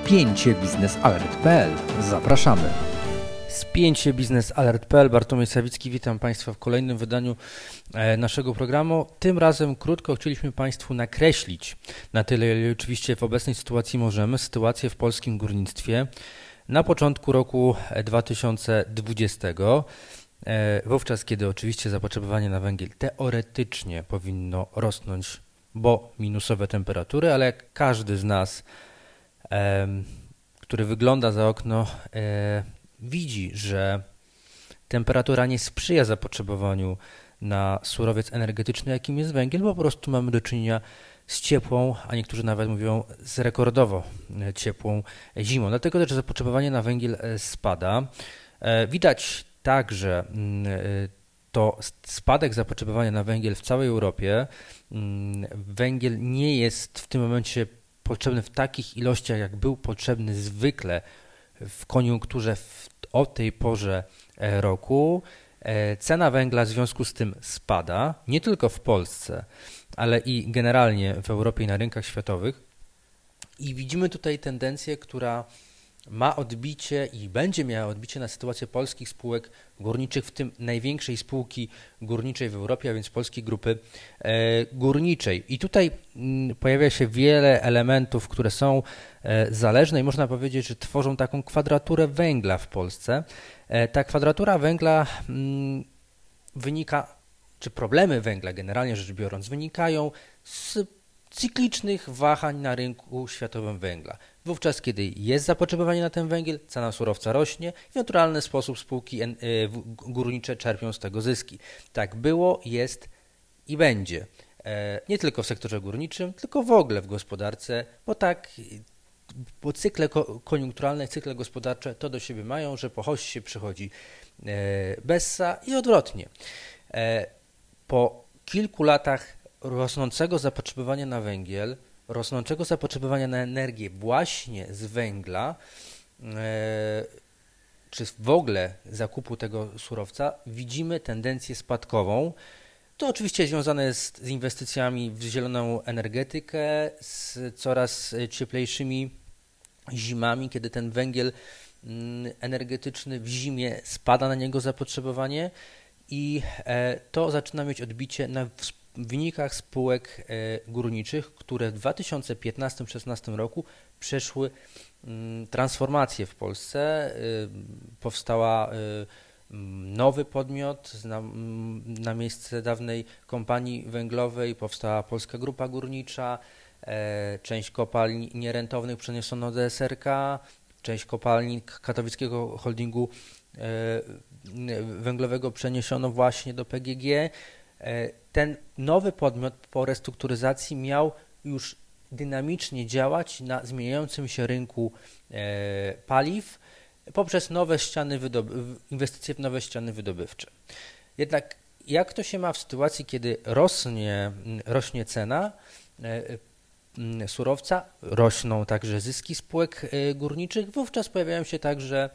Spięcie biznesalert.pl. Zapraszamy. Spięcie biznesalert.pl. Bartłomiej Sawicki, witam Państwa w kolejnym wydaniu naszego programu. Tym razem krótko chcieliśmy Państwu nakreślić, na tyle ile oczywiście w obecnej sytuacji możemy, sytuację w polskim górnictwie na początku roku 2020. Wówczas, kiedy oczywiście zapotrzebowanie na węgiel teoretycznie powinno rosnąć, bo minusowe temperatury, ale jak każdy z nas, który wygląda za okno, widzi, że temperatura nie sprzyja zapotrzebowaniu na surowiec energetyczny, jakim jest węgiel, bo po prostu mamy do czynienia z ciepłą, a niektórzy nawet mówią z rekordowo ciepłą zimą. Dlatego też zapotrzebowanie na węgiel spada. Widać także to spadek zapotrzebowania na węgiel w całej Europie. Węgiel nie jest w tym momencie potrzebny w takich ilościach, jak był potrzebny zwykle w koniunkturze o tej porze roku. Cena węgla w związku z tym spada, nie tylko w Polsce, ale i generalnie w Europie i na rynkach światowych. I widzimy tutaj tendencję, która ma odbicie i będzie miała odbicie na sytuację polskich spółek górniczych, w tym największej spółki górniczej w Europie, a więc Polskiej Grupy Górniczej. I tutaj pojawia się wiele elementów, które są zależne i można powiedzieć, że tworzą taką kwadraturę węgla w Polsce. Ta kwadratura węgla wynika, czy problemy węgla generalnie rzecz biorąc, wynikają z cyklicznych wahań na rynku światowym węgla. Wówczas, kiedy jest zapotrzebowanie na ten węgiel, cena surowca rośnie i w naturalny sposób spółki górnicze czerpią z tego zyski. Tak było, jest i będzie. Nie tylko w sektorze górniczym, tylko w ogóle w gospodarce, bo cykle koniunkturalne, cykle gospodarcze to do siebie mają, że po hoście przychodzi bessa i odwrotnie. Po kilku latach rosnącego zapotrzebowania na węgiel, rosnącego zapotrzebowania na energię właśnie z węgla, czy w ogóle zakupu tego surowca, widzimy tendencję spadkową. To oczywiście związane jest z inwestycjami w zieloną energetykę, z coraz cieplejszymi zimami, kiedy ten węgiel energetyczny w zimie spada na niego zapotrzebowanie i to zaczyna mieć odbicie na wynikach spółek górniczych, które w 2015-2016 roku przeszły transformację w Polsce. Powstała nowy podmiot na miejsce dawnej kompanii węglowej, powstała Polska Grupa Górnicza, część kopalni nierentownych przeniesiono do SRK, część kopalni katowickiego holdingu węglowego przeniesiono właśnie do PGG. Ten nowy podmiot po restrukturyzacji miał już dynamicznie działać na zmieniającym się rynku paliw poprzez nowe inwestycje w nowe ściany wydobywcze. Jednak jak to się ma w sytuacji, kiedy rośnie cena surowca, rośną także zyski spółek górniczych, wówczas pojawiają się także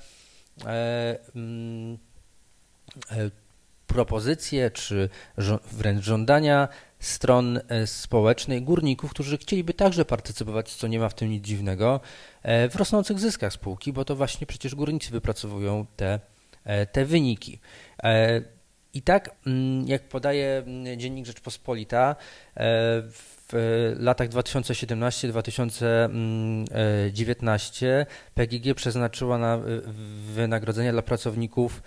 propozycje czy wręcz żądania stron społecznej górników, którzy chcieliby także partycypować, co nie ma w tym nic dziwnego, w rosnących zyskach spółki, bo to właśnie przecież górnicy wypracowują te wyniki. I tak, jak podaje dziennik Rzeczpospolita, w latach 2017-2019 PGG przeznaczyła na wynagrodzenia dla pracowników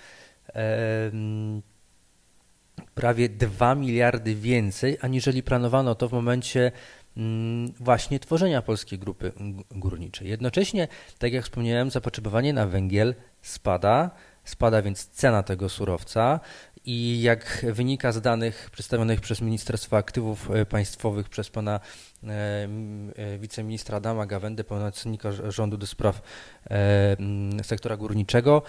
prawie 2 miliardy więcej, aniżeli planowano to w momencie właśnie tworzenia Polskiej Grupy Górniczej. Jednocześnie, tak jak wspomniałem, zapotrzebowanie na węgiel spada więc cena tego surowca i jak wynika z danych przedstawionych przez Ministerstwo Aktywów Państwowych przez pana wiceministra Adama Gawędę, pełnomocnika rządu do spraw sektora górniczego,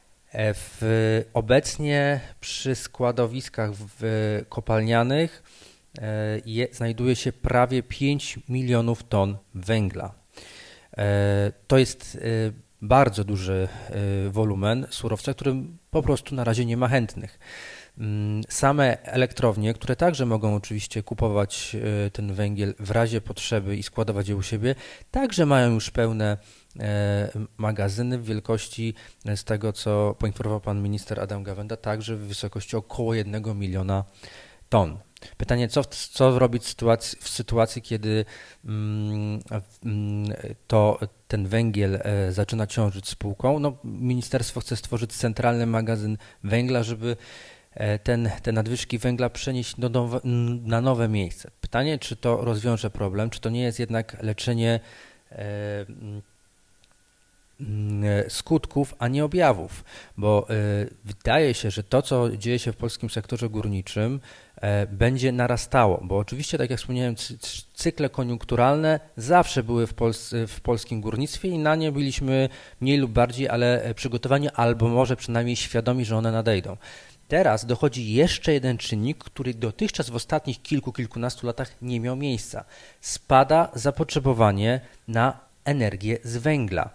obecnie przy składowiskach kopalnianych znajduje się prawie 5 milionów ton węgla. To jest bardzo duży wolumen surowca, którym po prostu na razie nie ma chętnych. Same elektrownie, które także mogą oczywiście kupować ten węgiel w razie potrzeby i składować je u siebie, także mają już pełne magazyny w wielkości, z tego co poinformował pan minister Adam Gawęda, także w wysokości około 1 miliona ton. Pytanie, co robić w sytuacji, kiedy ten węgiel zaczyna ciążyć spółką? No, ministerstwo chce stworzyć centralny magazyn węgla, żeby te nadwyżki węgla przenieść na nowe miejsce. Pytanie, czy to rozwiąże problem, czy to nie jest jednak leczenie skutków, a nie objawów, bo wydaje się, że to, co dzieje się w polskim sektorze górniczym, będzie narastało, bo oczywiście, tak jak wspomniałem, cykle koniunkturalne zawsze były w polskim górnictwie i na nie byliśmy mniej lub bardziej, ale przygotowani, albo może przynajmniej świadomi, że one nadejdą. Teraz dochodzi jeszcze jeden czynnik, który dotychczas w ostatnich kilkunastu latach nie miał miejsca. Spada zapotrzebowanie na energię z węgla.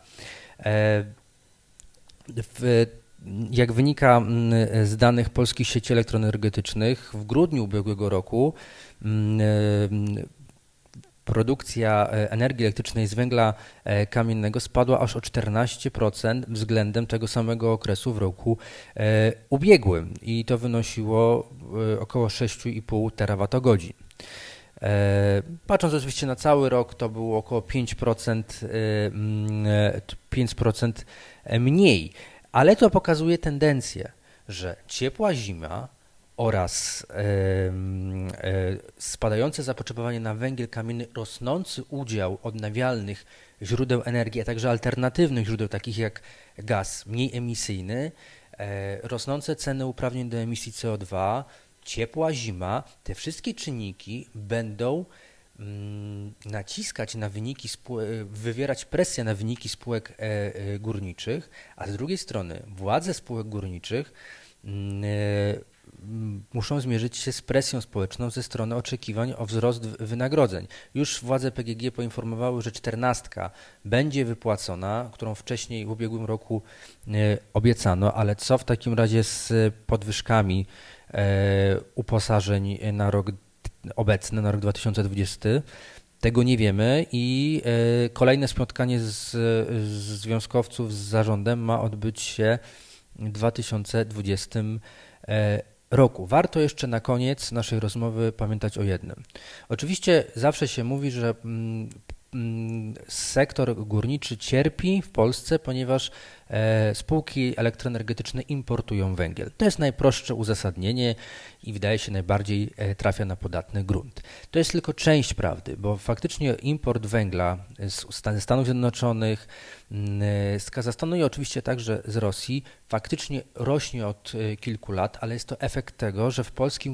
Jak wynika z danych polskich sieci elektroenergetycznych, w grudniu ubiegłego roku produkcja energii elektrycznej z węgla kamiennego spadła aż o 14% względem tego samego okresu w roku ubiegłym i to wynosiło około 6,5 terawatogodzin. Patrząc oczywiście na cały rok, to było około 5% mniej, ale to pokazuje tendencję, że ciepła zima oraz spadające zapotrzebowanie na węgiel kamienny, rosnący udział odnawialnych źródeł energii, a także alternatywnych źródeł takich jak gaz mniej emisyjny, rosnące ceny uprawnień do emisji CO2, ciepła zima, te wszystkie czynniki będą naciskać na wyniki wywierać presję na wyniki spółek górniczych, a z drugiej strony władze spółek górniczych muszą zmierzyć się z presją społeczną ze strony oczekiwań o wzrost wynagrodzeń. Już władze PGG poinformowały, że 14 będzie wypłacona, którą wcześniej w ubiegłym roku obiecano, ale co w takim razie z podwyżkami uposażeń na rok obecny, na rok 2020? Tego nie wiemy i kolejne spotkanie z związkowców z zarządem ma odbyć się w 2020 roku. Warto jeszcze na koniec naszej rozmowy pamiętać o jednym. Oczywiście zawsze się mówi, że sektor górniczy cierpi w Polsce, ponieważ spółki elektroenergetyczne importują węgiel. To jest najprostsze uzasadnienie i wydaje się najbardziej trafia na podatny grunt. To jest tylko część prawdy, bo faktycznie import węgla ze Stanów Zjednoczonych, z Kazachstanu i oczywiście także z Rosji faktycznie rośnie od kilku lat, ale jest to efekt tego, że w polskim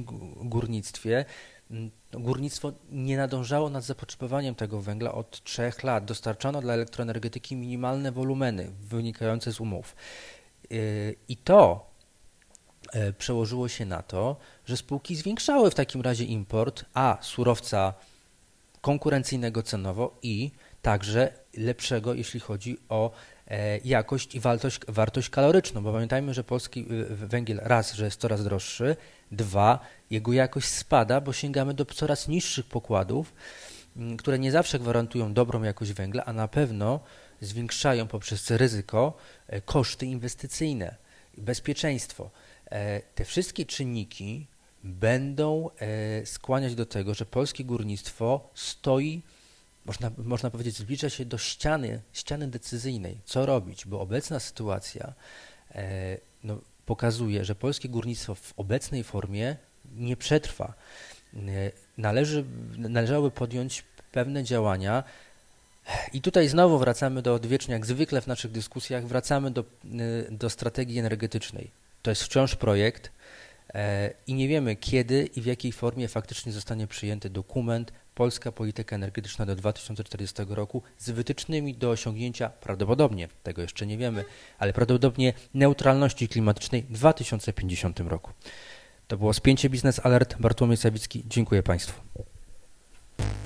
górnictwo nie nadążało nad zapotrzebowaniem tego węgla od 3 lat. Dostarczano dla elektroenergetyki minimalne wolumeny wynikające z umów. I to przełożyło się na to, że spółki zwiększały w takim razie import surowca konkurencyjnego cenowo i także lepszego, jeśli chodzi o jakość i wartość kaloryczną, bo pamiętajmy, że polski węgiel raz, że jest coraz droższy, 2, jego jakość spada, bo sięgamy do coraz niższych pokładów, które nie zawsze gwarantują dobrą jakość węgla, a na pewno zwiększają poprzez ryzyko koszty inwestycyjne, bezpieczeństwo. Te wszystkie czynniki będą skłaniać do tego, że polskie górnictwo stoi, można powiedzieć, zbliża się do ściany decyzyjnej. Co robić? Bo obecna sytuacja pokazuje, że polskie górnictwo w obecnej formie nie przetrwa. Należałoby podjąć pewne działania i tutaj znowu wracamy do odwiecznie, jak zwykle w naszych dyskusjach, wracamy do strategii energetycznej. To jest wciąż projekt i nie wiemy, kiedy i w jakiej formie faktycznie zostanie przyjęty dokument Polska Polityka Energetyczna do 2040 roku z wytycznymi do osiągnięcia prawdopodobnie, tego jeszcze nie wiemy, ale prawdopodobnie neutralności klimatycznej w 2050 roku. To było Spięcie Biznes Alert. Bartłomiej Sawicki. Dziękuję Państwu.